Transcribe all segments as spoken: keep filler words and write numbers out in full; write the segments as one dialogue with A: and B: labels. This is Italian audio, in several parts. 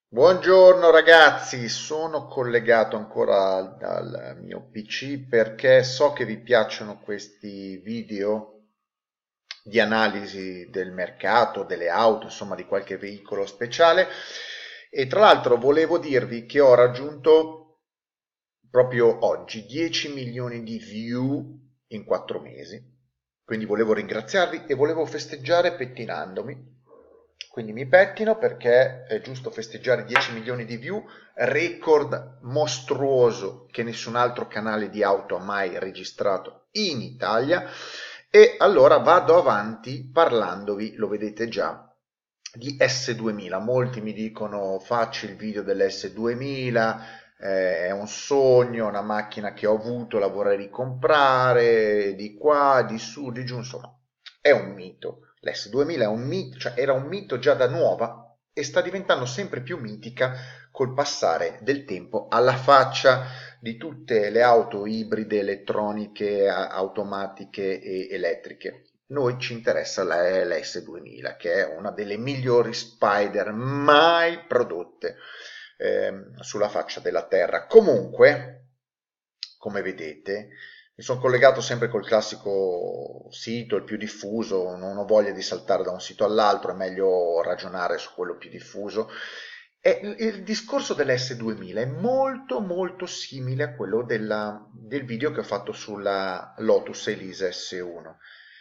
A: Buongiorno ragazzi, sono collegato ancora al, al mio P C perché so che vi piacciono questi video di analisi del mercato, delle auto, insomma di qualche veicolo speciale e tra l'altro volevo dirvi che ho raggiunto proprio oggi dieci milioni di view in quattro mesi, quindi volevo ringraziarvi e volevo festeggiare pettinandomi. Quindi mi pettino perché è giusto festeggiare dieci milioni di view, record mostruoso che nessun altro canale di auto ha mai registrato in Italia. E allora vado avanti parlandovi, lo vedete già, di S duemila. Molti mi dicono facci il video dell'S duemila, eh, è un sogno, una macchina che ho avuto, la vorrei ricomprare, di qua, di su, di giù, insomma, è un mito. L'S duemila è un mito, cioè era un mito già da nuova e sta diventando sempre più mitica col passare del tempo alla faccia di tutte le auto ibride, elettroniche, a- automatiche e elettriche. Noi ci interessa la, la S duemila, che è una delle migliori Spider mai prodotte ehm, sulla faccia della Terra. Comunque, come vedete, mi sono collegato sempre col classico sito, il più diffuso, non ho voglia di saltare da un sito all'altro, è meglio ragionare su quello più diffuso. E il, il discorso dell'S duemila è molto molto simile a quello della- del video che ho fatto sulla Lotus Elise S uno,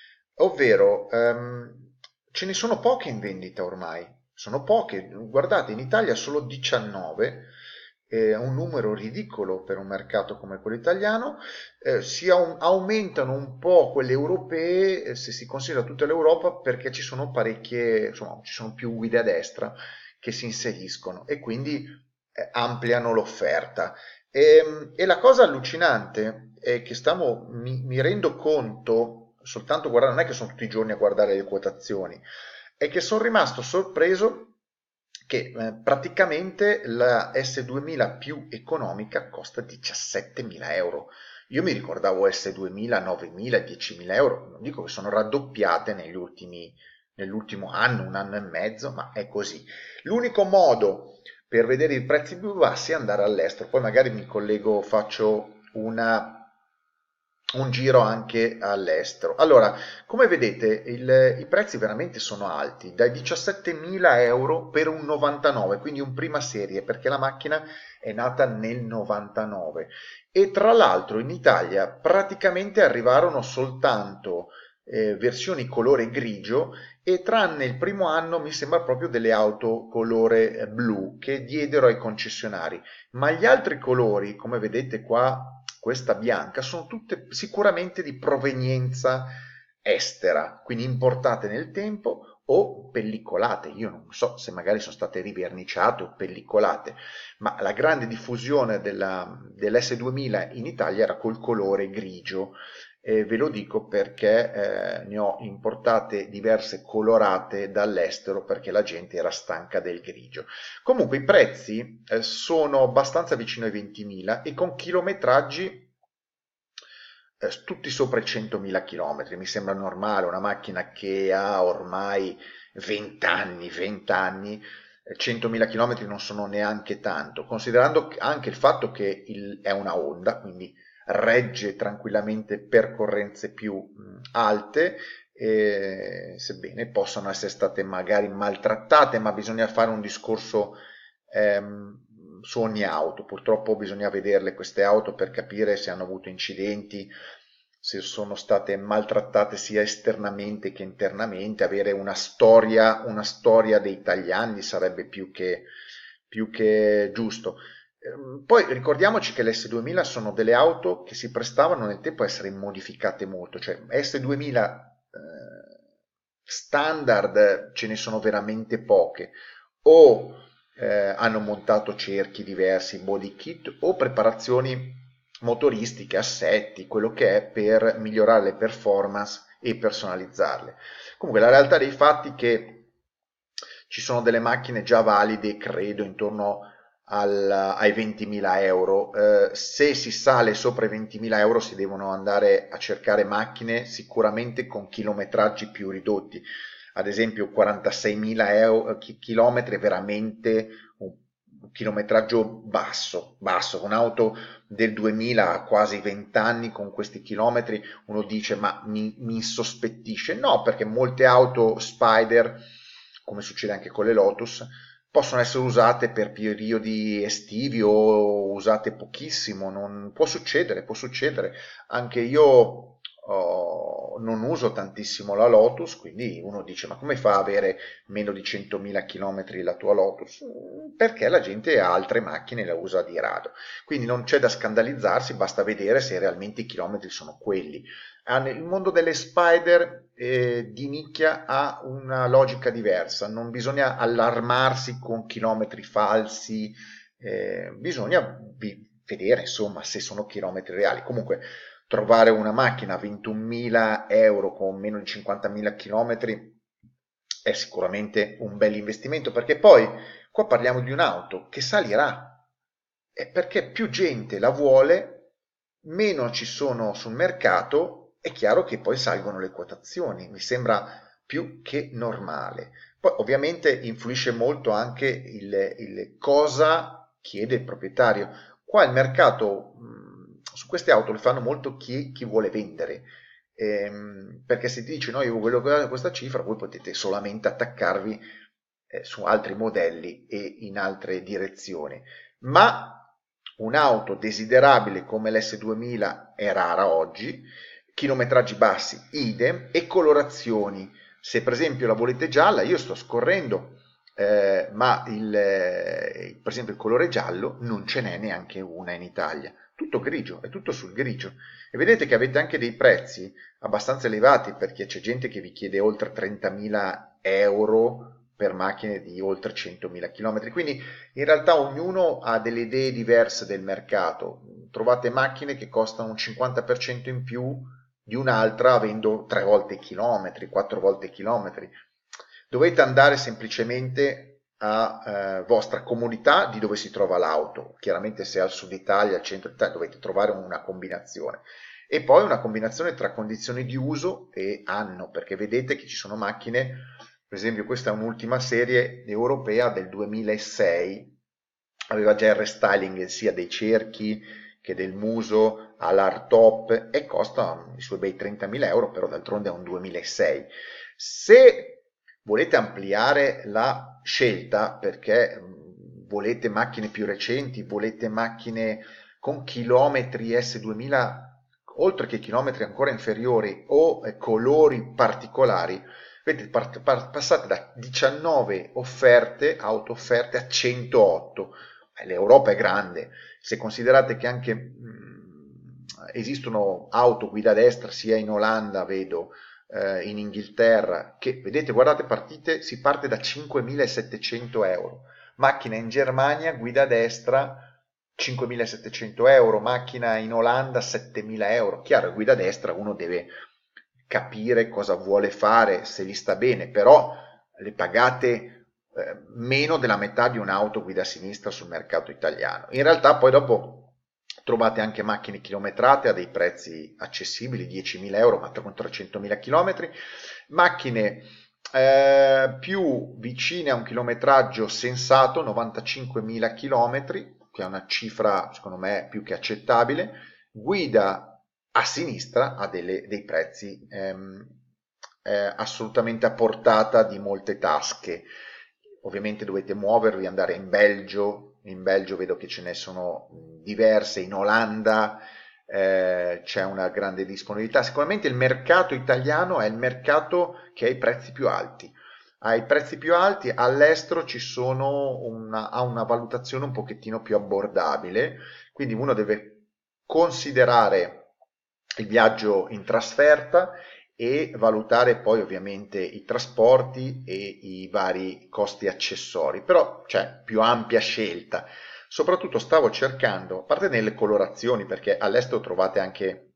A: ovvero ehm, ce ne sono poche in vendita ormai, sono poche, guardate in Italia solo diciannove, è un numero ridicolo per un mercato come quello italiano, eh, si au- aumentano un po' quelle europee eh, se si considera tutta l'Europa perché ci sono parecchie, insomma, ci sono più guide a destra che si inseriscono e quindi eh, ampliano l'offerta. E, e la cosa allucinante è che stiamo, mi, mi rendo conto, soltanto guardare, non è che sono tutti i giorni a guardare le quotazioni, è che sono rimasto sorpreso che eh, praticamente la S duemila più economica costa diciassettemila euro. Io mi ricordavo S duemila, novemila, diecimila euro, non dico che sono raddoppiate negli ultimi, nell'ultimo anno, un anno e mezzo, ma è così. L'unico modo per vedere i prezzi più bassi è andare all'estero, poi magari mi collego, faccio una un giro anche all'estero. Allora, come vedete, il- i prezzi veramente sono alti, dai diciassettemila euro per un novantanove, quindi un prima serie, perché la macchina è nata nel novantanove. E tra l'altro in Italia praticamente arrivarono soltanto eh, versioni colore grigio e tranne il primo anno mi sembra proprio delle auto colore eh, blu che diedero ai concessionari, ma gli altri colori, come vedete qua, questa bianca, sono tutte sicuramente di provenienza estera, quindi importate nel tempo o pellicolate. Io non so se magari sono state riverniciate o pellicolate, ma la grande diffusione della, dell'S duemila in Italia era col colore grigio. E ve lo dico perché eh, ne ho importate diverse colorate dall'estero perché la gente era stanca del grigio. Comunque i prezzi eh, sono abbastanza vicino ai ventimila e con chilometraggi eh, tutti sopra i centomila chilometri. Mi sembra normale, una macchina che ha ormai venti anni, venti anni, eh, centomila chilometri non sono neanche tanto, considerando anche il fatto che il- è una Honda, quindi regge tranquillamente percorrenze più mh, alte, eh, sebbene possano essere state magari maltrattate, ma bisogna fare un discorso ehm, su ogni auto. Purtroppo bisogna vederle queste auto per capire se hanno avuto incidenti, se sono state maltrattate sia esternamente che internamente. Avere una storia, una storia dei tagliandi sarebbe più che, più che giusto. Ehm, Poi ricordiamoci che le S duemila sono delle auto che si prestavano nel tempo a essere modificate molto, cioè S duemila eh, standard ce ne sono veramente poche, o eh, hanno montato cerchi diversi, body kit o preparazioni motoristiche, assetti, quello che è per migliorare le performance e personalizzarle. Comunque la realtà dei fatti è che ci sono delle macchine già valide, credo, intorno al, ai ventimila euro. Eh, se si sale sopra i ventimila euro si devono andare a cercare macchine sicuramente con chilometraggi più ridotti, ad esempio quarantaseimila euro, chilometri è veramente un, un chilometraggio basso, basso, con auto del duemila a quasi venti anni con questi chilometri, uno dice ma mi, mi insospettisce. No, perché molte auto Spider, come succede anche con le Lotus, possono essere usate per periodi estivi o usate pochissimo, non, può succedere, può succedere. Anche io oh, non uso tantissimo la Lotus, quindi uno dice ma come fa a avere meno di centomila chilometri la tua Lotus? Perché la gente ha altre macchine e la usa di rado. Quindi non c'è da scandalizzarsi, basta vedere se realmente i chilometri sono quelli. Il mondo delle Spider eh, di nicchia ha una logica diversa, non bisogna allarmarsi con chilometri falsi, eh, bisogna vedere insomma se sono chilometri reali. Comunque trovare una macchina a ventunomila euro con meno di cinquantamila chilometri è sicuramente un bel investimento, perché poi qua parliamo di un'auto che salirà, e perché più gente la vuole, meno ci sono sul mercato, è chiaro che poi salgono le quotazioni, mi sembra più che normale. Poi ovviamente influisce molto anche il, il cosa chiede il proprietario. Qua il mercato, mh, su queste auto le fanno molto chi, chi vuole vendere, ehm, perché se ti dici no, io voglio questa cifra, voi potete solamente attaccarvi eh, su altri modelli e in altre direzioni. Ma un'auto desiderabile come l'S duemila è rara oggi, chilometraggi bassi idem, e colorazioni. Se per esempio la volete gialla, io sto scorrendo, eh, ma il, eh, per esempio il colore giallo non ce n'è neanche una in Italia, tutto grigio, è tutto sul grigio. E vedete che avete anche dei prezzi abbastanza elevati, perché c'è gente che vi chiede oltre trentamila euro per macchine di oltre centomila chilometri, quindi in realtà ognuno ha delle idee diverse del mercato. Trovate macchine che costano un cinquanta per cento in più di un'altra avendo tre volte i chilometri, quattro volte i chilometri. Dovete andare semplicemente a eh, vostra comodità di dove si trova l'auto. Chiaramente se è al sud Italia, al centro Italia, dovete trovare una combinazione. E poi una combinazione tra condizioni di uso e anno, perché vedete che ci sono macchine, per esempio questa è un'ultima serie europea del duemilasei, aveva già il restyling sia dei cerchi che del muso all'hardtop e costa i suoi bei trentamila euro, però d'altronde è un duemilasei. Se volete ampliare la scelta perché volete macchine più recenti, volete macchine con chilometri S duemila, oltre che chilometri ancora inferiori o eh, colori particolari, vedete, part- part- passate da diciannove offerte, auto offerte, a centootto. Eh, L'Europa è grande, se considerate che anche mh, esistono auto guida destra sia in Olanda, vedo, eh, in Inghilterra, che vedete, guardate, partite, si parte da cinquemilasettecento euro. Macchina in Germania, guida destra, cinquemilasettecento euro, macchina in Olanda settemila euro. Chiaro, guida destra uno deve capire cosa vuole fare, se gli sta bene, però le pagate eh, meno della metà di un'auto guida a sinistra sul mercato italiano. In realtà poi dopo trovate anche macchine chilometrate a dei prezzi accessibili, diecimila euro, ma con trecentomila chilometri, macchine eh, più vicine a un chilometraggio sensato, novantacinquemila chilometri, che è una cifra secondo me più che accettabile, guida a sinistra ha delle, dei prezzi ehm, eh, assolutamente a portata di molte tasche. Ovviamente dovete muovervi, andare in Belgio, in Belgio vedo che ce ne sono diverse, in Olanda eh, c'è una grande disponibilità. Sicuramente il mercato italiano è il mercato che ha i prezzi più alti. Ha i prezzi più alti, all'estero ci sono una, ha una valutazione un pochettino più abbordabile, quindi uno deve considerare il viaggio in trasferta e valutare poi ovviamente i trasporti e i vari costi accessori, però c'è più ampia scelta. Soprattutto stavo cercando, a parte nelle colorazioni, perché all'estero trovate anche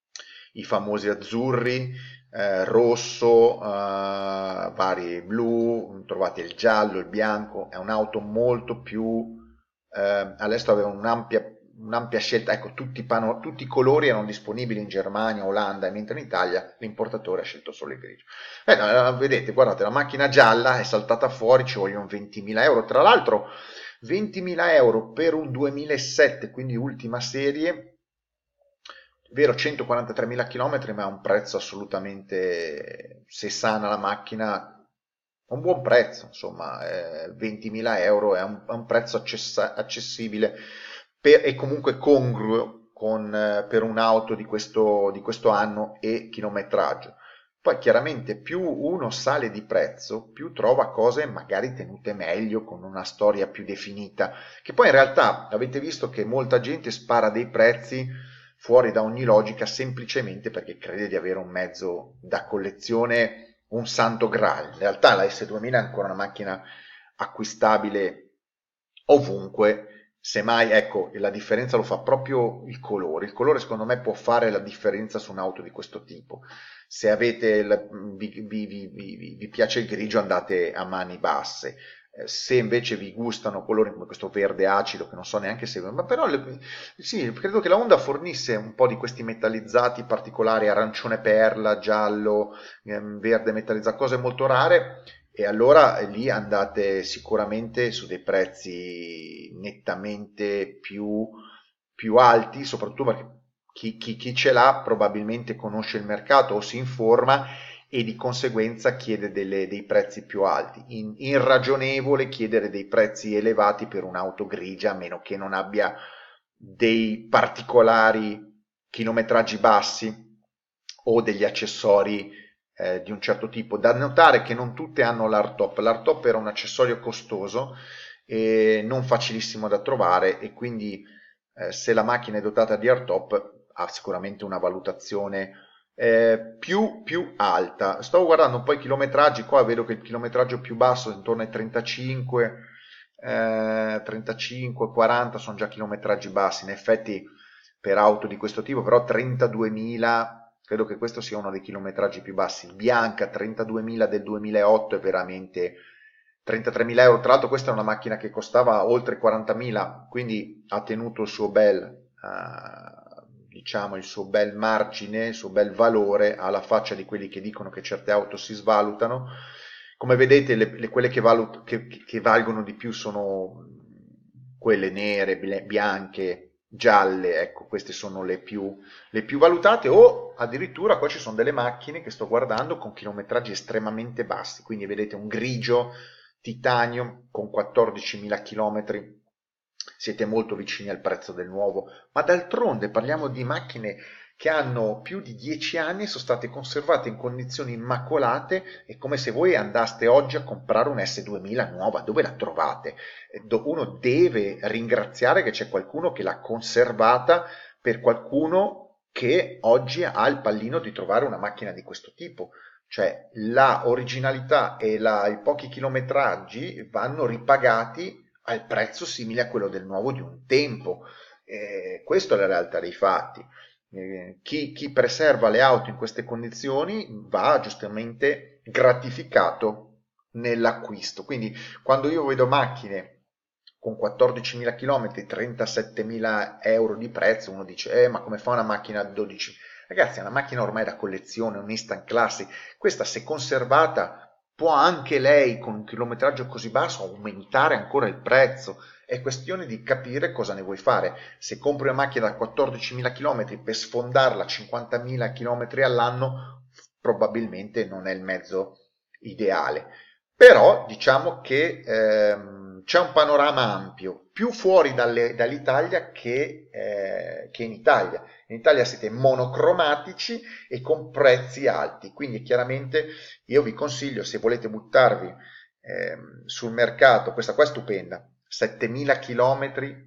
A: i famosi azzurri, eh, rosso, eh, vari blu, trovate il giallo, il bianco, è un'auto molto più, eh, all'estero aveva un'ampia, un'ampia scelta, ecco, tutti i, pano- tutti i colori erano disponibili in Germania, Olanda, mentre in Italia l'importatore ha scelto solo il grigio. Eh, no, vedete, guardate, la macchina gialla è saltata fuori, ci vogliono ventimila euro, tra l'altro ventimila euro per un duemilasette, quindi ultima serie, vero, centoquarantatremila chilometri, ma è un prezzo assolutamente, se sana la macchina, un buon prezzo, insomma, eh, ventimila euro è un, è un prezzo accessa- accessibile per- e comunque congruo con, eh, per un'auto di questo, di questo anno e chilometraggio. Poi chiaramente più uno sale di prezzo, più trova cose magari tenute meglio, con una storia più definita, che poi in realtà avete visto che molta gente spara dei prezzi fuori da ogni logica semplicemente perché crede di avere un mezzo da collezione, un santo graal. In realtà la S duemila è ancora una macchina acquistabile ovunque, semmai ecco la differenza lo fa proprio il colore. Il colore secondo me può fare la differenza su un'auto di questo tipo. Se avete il, vi, vi, vi, vi, vi piace il grigio andate a mani basse. Eh, Se invece vi gustano colori come questo verde acido, che non so neanche se, ma però le- sì, credo che la Honda fornisse un po' di questi metallizzati particolari, arancione perla, giallo, ehm, verde metallizzato, cose molto rare, e allora eh, lì andate sicuramente su dei prezzi nettamente più, più alti, soprattutto perché chi, chi- chi ce l'ha probabilmente conosce il mercato o si informa e di conseguenza chiede delle- dei prezzi più alti. In, irragionevole chiedere dei prezzi elevati per un'auto grigia, a meno che non abbia dei particolari chilometraggi bassi o degli accessori eh, di un certo tipo. Da notare che non tutte hanno l'hardtop. L'hardtop era un accessorio costoso e non facilissimo da trovare, e quindi eh, se la macchina è dotata di hardtop ha sicuramente una valutazione eh, più, più alta. Stavo guardando un po' i chilometraggi, qua vedo che il chilometraggio più basso è intorno ai trentacinque, eh, trentacinque quaranta sono già chilometraggi bassi, in effetti per auto di questo tipo, però trentaduemila, credo che questo sia uno dei chilometraggi più bassi. Bianca, trentaduemila del duemilaotto è veramente trentatremila euro. Tra l'altro questa è una macchina che costava oltre quarantamila, quindi ha tenuto il suo bel, eh, diciamo, il suo bel margine, il suo bel valore, alla faccia di quelli che dicono che certe auto si svalutano. Come vedete, le, le- quelle che, valut- che- che valgono di più sono quelle nere, bile- bianche, gialle, ecco, queste sono le più, le più valutate, o addirittura qua ci sono delle macchine che sto guardando con chilometraggi estremamente bassi, quindi vedete un grigio titanio con quattordicimila chilometri, siete molto vicini al prezzo del nuovo, ma d'altronde parliamo di macchine che hanno più di dieci anni e sono state conservate in condizioni immacolate. È come se voi andaste oggi a comprare un S duemila nuova, dove la trovate? Eh, do- Uno deve ringraziare che c'è qualcuno che l'ha conservata, per qualcuno che oggi ha il pallino di trovare una macchina di questo tipo. Cioè la originalità e la- i pochi chilometraggi vanno ripagati al prezzo simile a quello del nuovo di un tempo. Eh, questa è la realtà dei fatti. Eh, chi, chi preserva le auto in queste condizioni va giustamente gratificato nell'acquisto. Quindi quando io vedo macchine con quattordicimila chilometri, trentasettemila euro di prezzo, uno dice, eh, ma come fa una macchina da dodici? Ragazzi, è una macchina ormai da collezione, un instant classic. Questa, se conservata, può anche lei, con un chilometraggio così basso, aumentare ancora il prezzo. È questione di capire cosa ne vuoi fare. Se compri una macchina da quattordicimila chilometri per sfondarla a cinquantamila chilometri all'anno, probabilmente non è il mezzo ideale. Però diciamo che ehm, c'è un panorama ampio, più fuori dalle- dall'Italia che, eh, che in Italia. In Italia siete monocromatici e con prezzi alti, quindi chiaramente io vi consiglio, se volete buttarvi ehm, sul mercato, questa qua è stupenda, settemila chilometri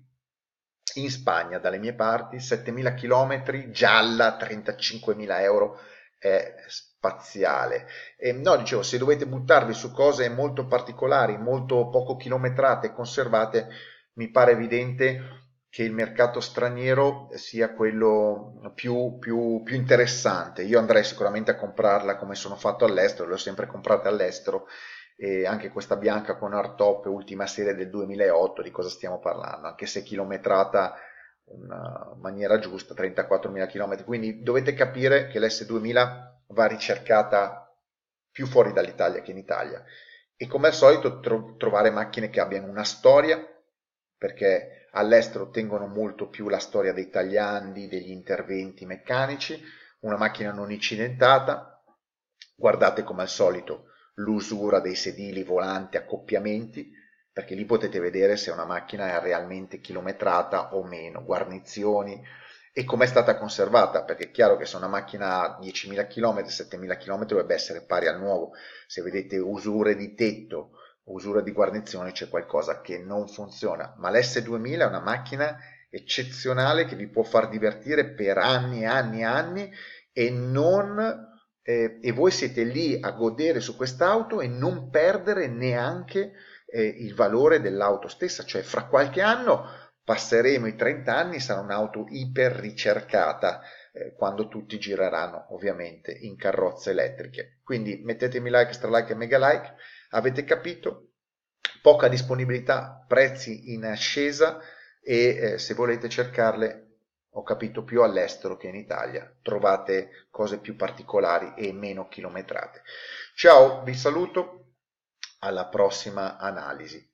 A: in Spagna dalle mie parti, settemila chilometri, gialla, trentacinquemila euro, è spaziale. E no, dicevo, se dovete buttarvi su cose molto particolari, molto poco chilometrate e conservate, mi pare evidente che il mercato straniero sia quello più, più, più interessante. Io andrei sicuramente a comprarla come sono fatto all'estero, le ho sempre comprate all'estero, e anche questa bianca con hardtop, ultima serie del duemilaotto, di cosa stiamo parlando? Anche se chilometrata in maniera giusta, trentaquattromila chilometri, quindi dovete capire che l'S duemila va ricercata più fuori dall'Italia che in Italia, e come al solito tro- trovare macchine che abbiano una storia perché all'estero tengono molto più la storia dei tagliandi, degli interventi meccanici, una macchina non incidentata. Guardate come al solito l'usura dei sedili, volanti, accoppiamenti, perché lì potete vedere se una macchina è realmente chilometrata o meno, guarnizioni e com'è stata conservata, perché è chiaro che se una macchina ha diecimila chilometri, settemila chilometri dovrebbe essere pari al nuovo. Se vedete usure di tetto, usure di guarnizione, c'è qualcosa che non funziona, ma l'S duemila è una macchina eccezionale che vi può far divertire per anni e anni e anni e non eh, e voi siete lì a godere su quest'auto e non perdere neanche eh, il valore dell'auto stessa, cioè fra qualche anno passeremo i trenta anni, sarà un'auto iper ricercata eh, quando tutti gireranno ovviamente in carrozze elettriche. Quindi mettetemi like, stra like e mega like, avete capito? Poca disponibilità, prezzi in ascesa e eh, se volete cercarle ho capito più all'estero che in Italia, trovate cose più particolari e meno chilometrate. Ciao, vi saluto, alla prossima analisi.